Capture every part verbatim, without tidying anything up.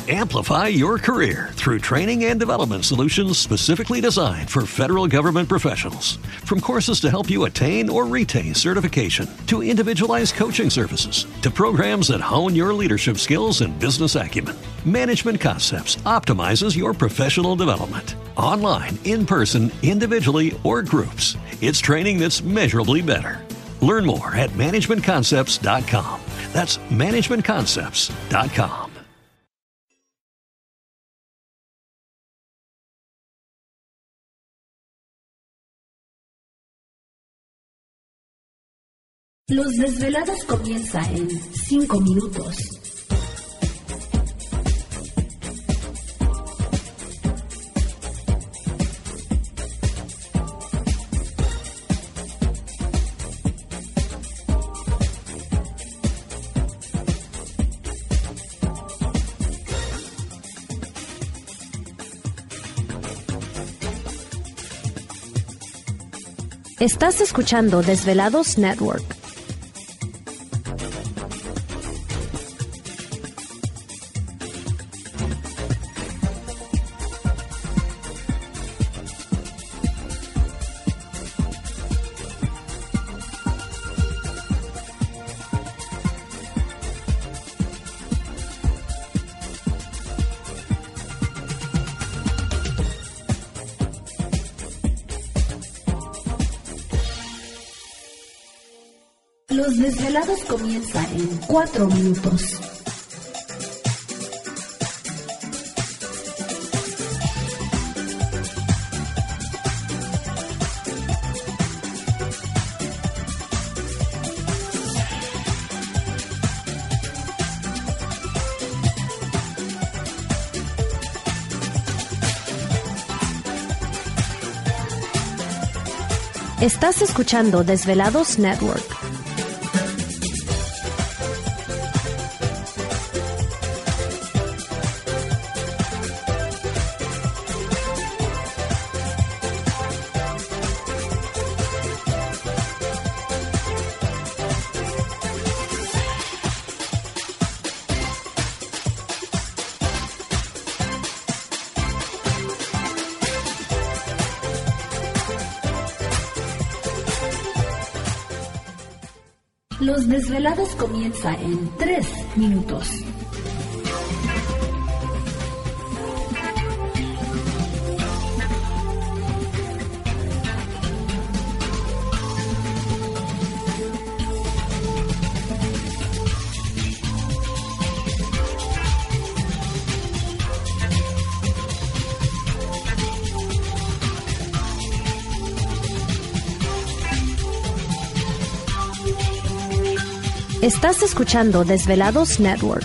Amplify your career through training and development solutions specifically designed for federal government professionals. From courses to help you attain or retain certification, to individualized coaching services, to programs that hone your leadership skills and business acumen, Management Concepts optimizes your professional development. Online, in person, individually, or groups, it's training that's measurably better. Learn more at management concepts dot com. That's management concepts dot com. Los Desvelados comienza en cinco minutos. Estás escuchando Desvelados Network. Los Desvelados comienza en cuatro minutos. Estás escuchando Desvelados Network. Los Desvelados comienza en tres minutos. Estás escuchando Desvelados Network.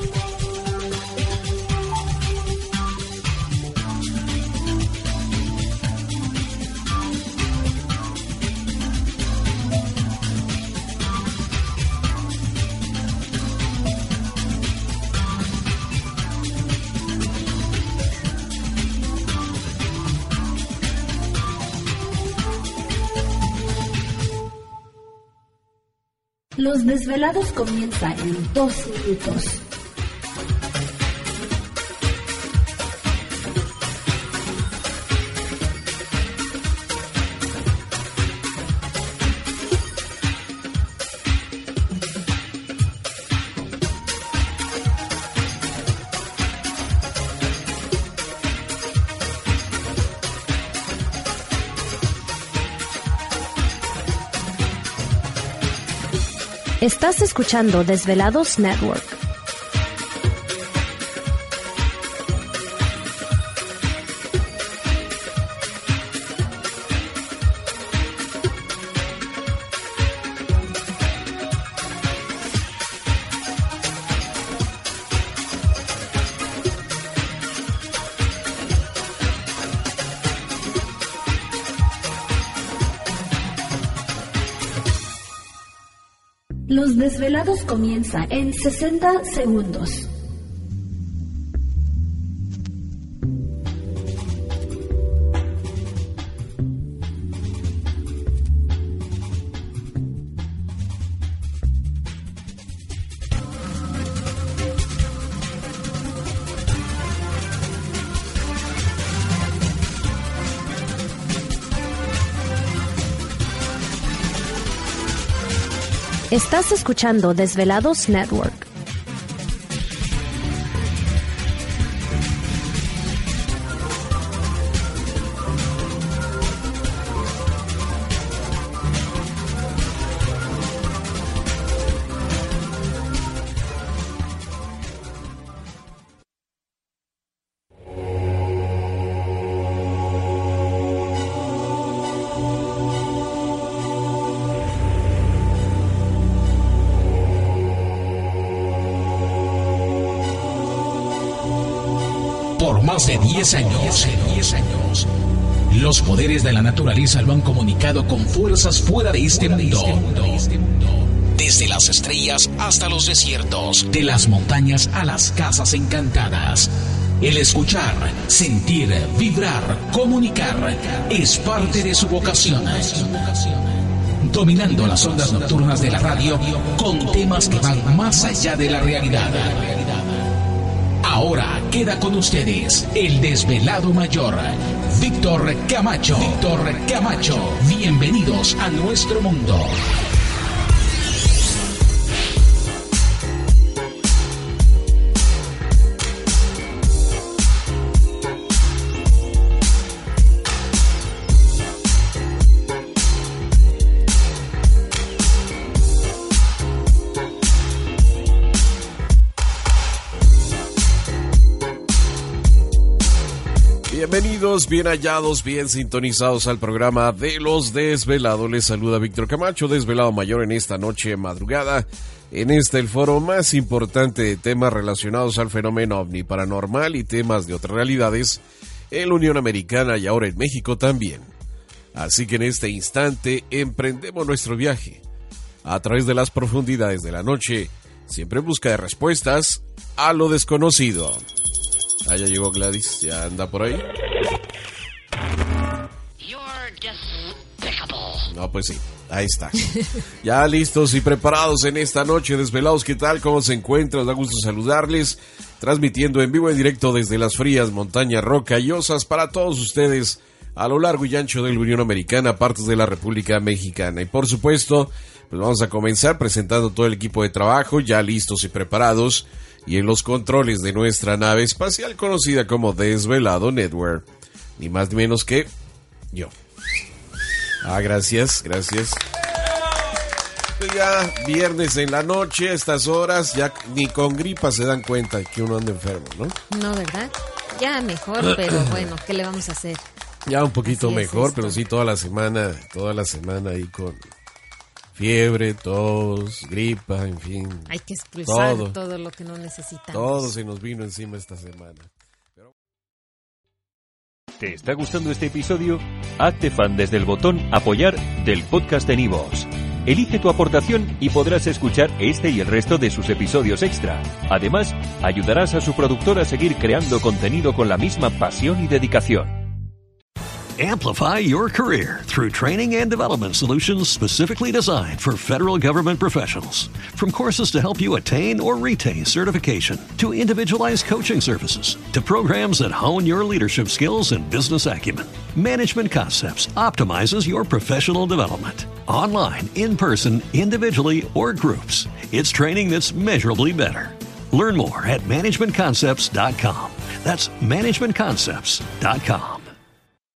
Los Desvelados comienza en dos minutos. Estás escuchando Desvelados Network. Los Desvelados comienza en sesenta segundos. Estás escuchando Desvelados Network. Por más de diez años, diez años, los poderes de la naturaleza lo han comunicado con fuerzas fuera de este mundo. Desde las estrellas hasta los desiertos, de las montañas a las casas encantadas. El escuchar, sentir, vibrar, comunicar es parte de su vocación. Dominando las ondas nocturnas de la radio con temas que van más allá de la realidad. Ahora queda con ustedes el desvelado mayor, Víctor Camacho. Víctor Camacho, bienvenidos a nuestro mundo. Bienvenidos, bien hallados, bien sintonizados al programa de Los Desvelados. Les saluda Víctor Camacho, desvelado mayor en esta noche madrugada. En este el foro más importante de temas relacionados al fenómeno ovni paranormal y temas de otras realidades en la Unión Americana y ahora en México también. Así que en este instante emprendemos nuestro viaje a través de las profundidades de la noche, siempre en busca de respuestas a lo desconocido. Ah, ya llegó Gladys, ya anda por ahí. No, pues sí, ahí está. Ya listos y preparados en esta noche, desvelados. ¿Qué tal? ¿Cómo se encuentran? Da gusto saludarles. Transmitiendo en vivo en directo desde las frías montañas rocallosas para todos ustedes a lo largo y ancho de la Unión Americana, partes de la República Mexicana. Y por supuesto, pues vamos a comenzar presentando todo el equipo de trabajo, ya listos y preparados. Y en los controles de nuestra nave espacial conocida como Desvelado Network, ni más ni menos que yo. Ah, gracias, gracias. Pues ya viernes en la noche, a estas horas, ya ni con gripa se dan cuenta que uno anda enfermo, ¿no? No, ¿verdad? Ya mejor, pero bueno, ¿qué le vamos a hacer? Ya un poquito Así mejor, es pero sí toda la semana, toda la semana ahí con fiebre, tos, gripa, en fin. Hay que expulsar todo, todo lo que no necesitamos. Todo se nos vino encima esta semana. Pero... ¿Te está gustando este episodio? Hazte fan desde el botón Apoyar del podcast de Nivos. Elige tu aportación y podrás escuchar este y el resto de sus episodios extra. Además, ayudarás a su productor a seguir creando contenido con la misma pasión y dedicación. Amplify your career through training and development solutions specifically designed for federal government professionals. From courses to help you attain or retain certification, to individualized coaching services, to programs that hone your leadership skills and business acumen, Management Concepts optimizes your professional development. Online, in person, individually, or groups, it's training that's measurably better. Learn more at management concepts dot com. That's management concepts dot com.